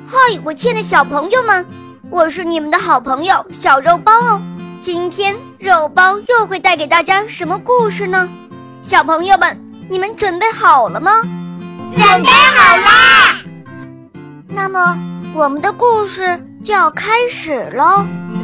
嗨，我亲爱的小朋友们，我是你们的好朋友小肉包哦。今天肉包又会带给大家什么故事呢？小朋友们，你们准备好了吗？ 准备好啦！ 那么我们的故事就要开始咯。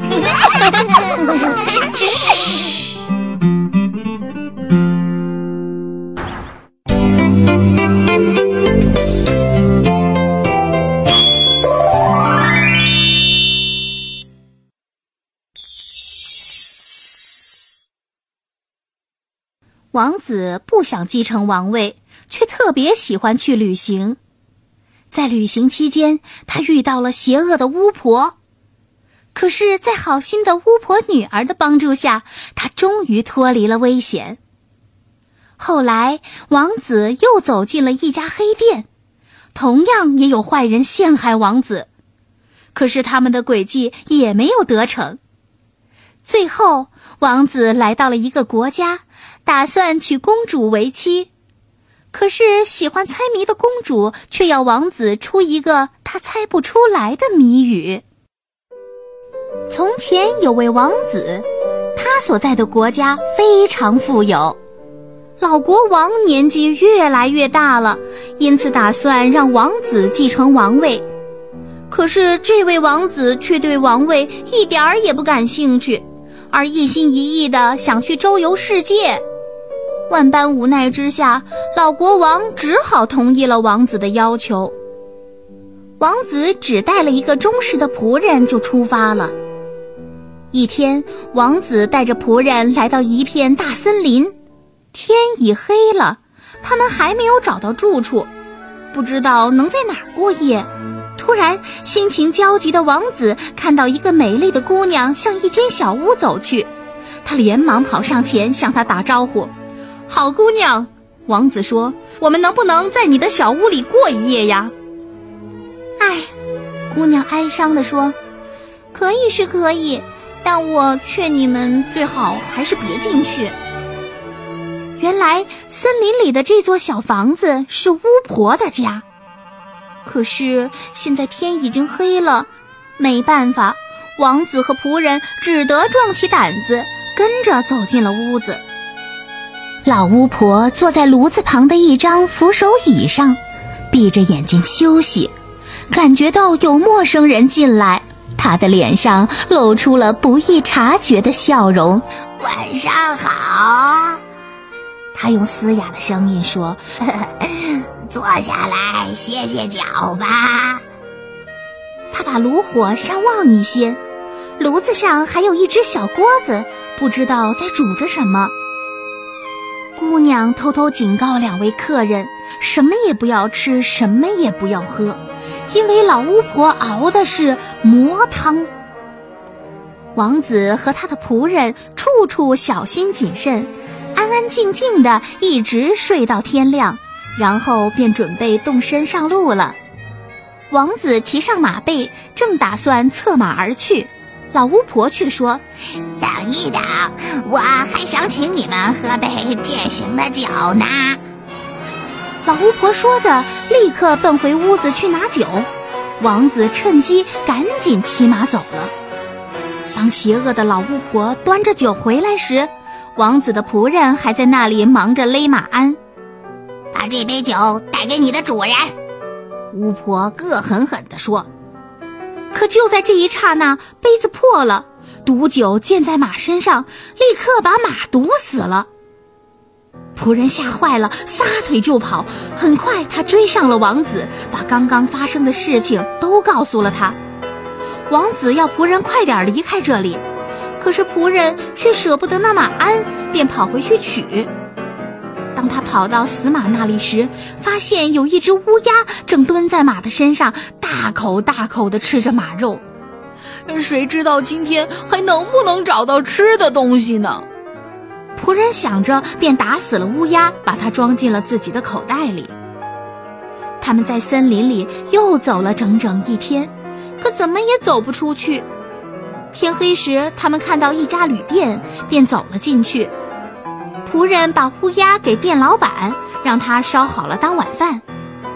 王子不想继承王位，却特别喜欢去旅行。在旅行期间，他遇到了邪恶的巫婆。可是在好心的巫婆女儿的帮助下，他终于脱离了危险。后来，王子又走进了一家黑店，同样也有坏人陷害王子。可是他们的诡计也没有得逞。最后，王子来到了一个国家，打算娶公主为妻。可是喜欢猜谜的公主却要王子出一个他猜不出来的谜语。从前有位王子，他所在的国家非常富有。老国王年纪越来越大了，因此打算让王子继承王位。可是这位王子却对王位一点儿也不感兴趣，而一心一意地想去周游世界。万般无奈之下，老国王只好同意了王子的要求。王子只带了一个忠实的仆人就出发了。一天，王子带着仆人来到一片大森林，天已黑了，他们还没有找到住处，不知道能在哪儿过夜。突然，心情焦急的王子看到一个美丽的姑娘向一间小屋走去，他连忙跑上前向她打招呼。好姑娘，王子说，我们能不能在你的小屋里过一夜呀？哎，姑娘哀伤地说，可以是可以，但我劝你们最好还是别进去。原来森林里的这座小房子是巫婆的家。可是现在天已经黑了，没办法，王子和仆人只得壮起胆子，跟着走进了屋子。老巫婆坐在炉子旁的一张扶手椅上，闭着眼睛休息，感觉到有陌生人进来，她的脸上露出了不易察觉的笑容。 晚上好， 她用嘶哑的声音说， 坐下来歇歇脚吧。 她把炉火稍旺一些，炉子上还有一只小锅子，不知道在煮着什么。姑娘偷偷警告两位客人，什么也不要吃，什么也不要喝，因为老巫婆熬的是魔汤。王子和他的仆人处处小心谨慎，安安静静的一直睡到天亮，然后便准备动身上路了。王子骑上马背，正打算策马而去，老巫婆却说， 等一等，我还想请你们喝杯践行的酒呢。 老巫婆说着，立刻奔回屋子去拿酒。王子趁机赶紧骑马走了。当邪恶的老巫婆端着酒回来时，王子的仆人还在那里忙着勒马鞍。 把这杯酒带给你的主人， 巫婆恶狠狠地说。可就在这一刹那，杯子破了，毒酒溅在马身上，立刻把马毒死了。仆人吓坏了，撒腿就跑。很快他追上了王子，把刚刚发生的事情都告诉了他。王子要仆人快点离开这里，可是仆人却舍不得那马鞍，便跑回去取。当他跑到死马那里时，发现有一只乌鸦正蹲在马的身上，大口大口地吃着马肉。谁知道今天还能不能找到吃的东西呢？仆人想着，便打死了乌鸦，把它装进了自己的口袋里。他们在森林里又走了整整一天，可怎么也走不出去。天黑时，他们看到一家旅店，便走了进去。仆人把乌鸦给店老板，让他烧好了当晚饭。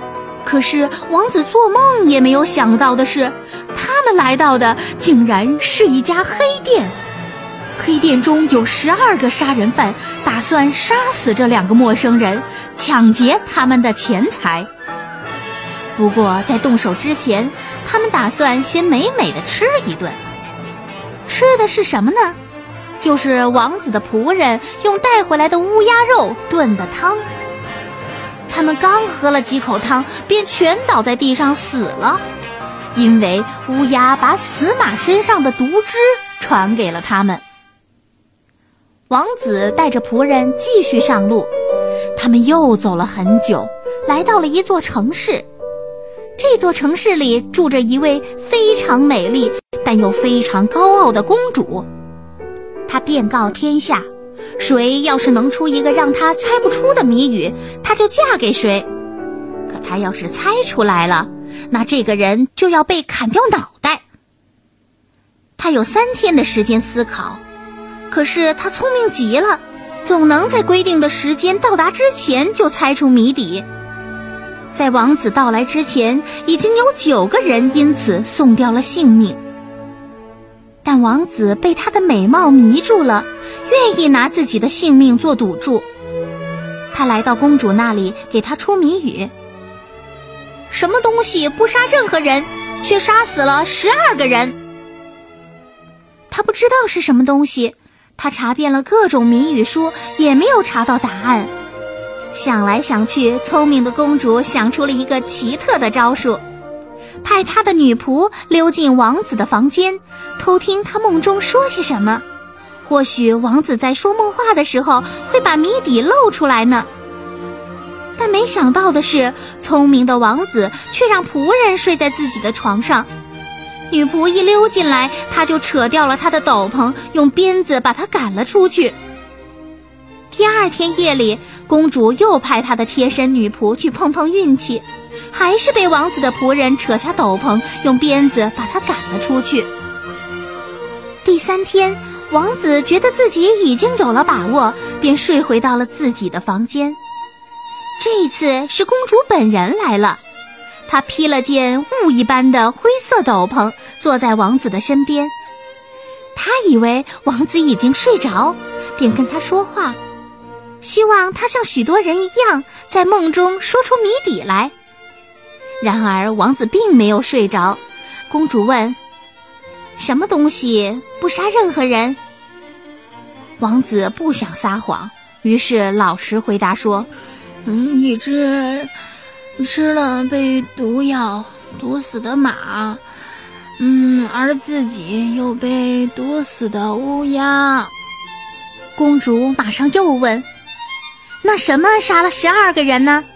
可是王子做梦也没有想到的是，他们来到的竟然是一家黑店。黑店中有12个杀人犯，打算杀死这2个陌生人，抢劫他们的钱财。不过在动手之前，他们打算先美美的吃一顿。吃的是什么呢？就是王子的仆人用带回来的乌鸦肉炖的汤。他们刚喝了几口汤，便全倒在地上死了，因为乌鸦把死马身上的毒汁传给了他们。王子带着仆人继续上路，他们又走了很久，来到了一座城市。这座城市里住着一位非常美丽但又非常高傲的公主。她便告天下，谁要是能出一个让她猜不出的谜语，她就嫁给谁。可她要是猜出来了，那这个人就要被砍掉脑袋。她有3天的时间思考，可是她聪明极了，总能在规定的时间到达之前就猜出谜底。在王子到来之前，已经有9个人因此送掉了性命。但王子被她的美貌迷住了，愿意拿自己的性命做赌注。他来到公主那里，给她出谜语：什么东西不杀任何人，却杀死了12个人？他不知道是什么东西，他查遍了各种谜语书，也没有查到答案。想来想去，聪明的公主想出了一个奇特的招数，派她的女仆溜进王子的房间，偷听他梦中说些什么。或许王子在说梦话的时候会把谜底露出来呢。但没想到的是，聪明的王子却让仆人睡在自己的床上。女仆一溜进来，他就扯掉了他的斗篷，用鞭子把他赶了出去。第2天夜里，公主又派她的贴身女仆去碰碰运气，还是被王子的仆人扯下斗篷，用鞭子把他赶了出去。第3天，王子觉得自己已经有了把握，便睡回到了自己的房间。这一次是公主本人来了，她披了件雾一般的灰色斗篷，坐在王子的身边。她以为王子已经睡着，便跟他说话，希望他像许多人一样，在梦中说出谜底来。然而王子并没有睡着。公主问：什么东西不杀任何人？王子不想撒谎，于是老实回答说：一只吃了被毒药毒死的马，而自己又被毒死的乌鸦。公主马上又问：那什么杀了12个人呢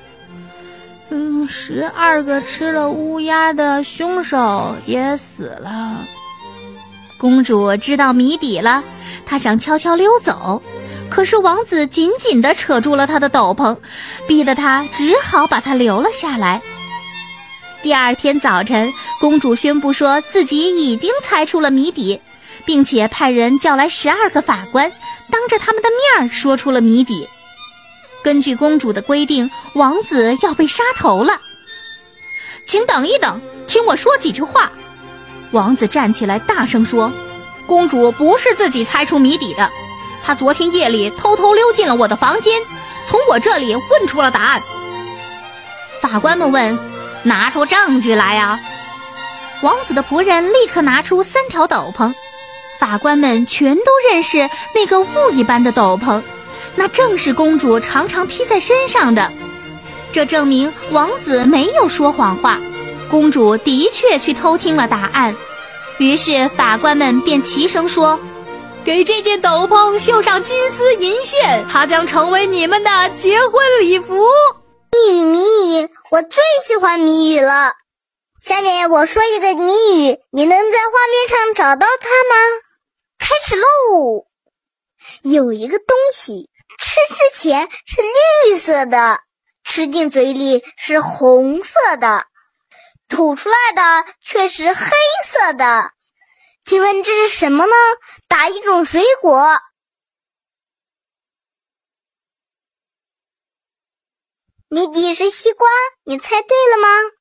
？12个吃了乌鸦的凶手也死了。公主知道谜底了，她想悄悄溜走，可是王子紧紧地扯住了她的斗篷，逼得她只好把她留了下来。第2天早晨，公主宣布说自己已经猜出了谜底，并且派人叫来12个法官，当着他们的面说出了谜底。根据公主的规定，王子要被杀头了。请等一等，听我说几句话。王子站起来大声说：公主不是自己猜出谜底的，她昨天夜里偷偷溜进了我的房间，从我这里问出了答案。法官们问：拿出证据来啊！王子的仆人立刻拿出3条斗篷，法官们全都认识那个雾一般的斗篷，那正是公主常常披在身上的。这证明王子没有说谎话，公主的确去偷听了答案。于是法官们便齐声说：给这件斗篷绣上金丝银线，它将成为你们的结婚礼服。 谜语，我最喜欢谜语了。下面我说一个谜语，你能在画面上找到它吗？开始喽！有一个东西，吃之前是绿色的，吃进嘴里是红色的，吐出来的却是黑色的。请问这是什么呢？答一种水果。 谜底是西瓜，你猜对了吗？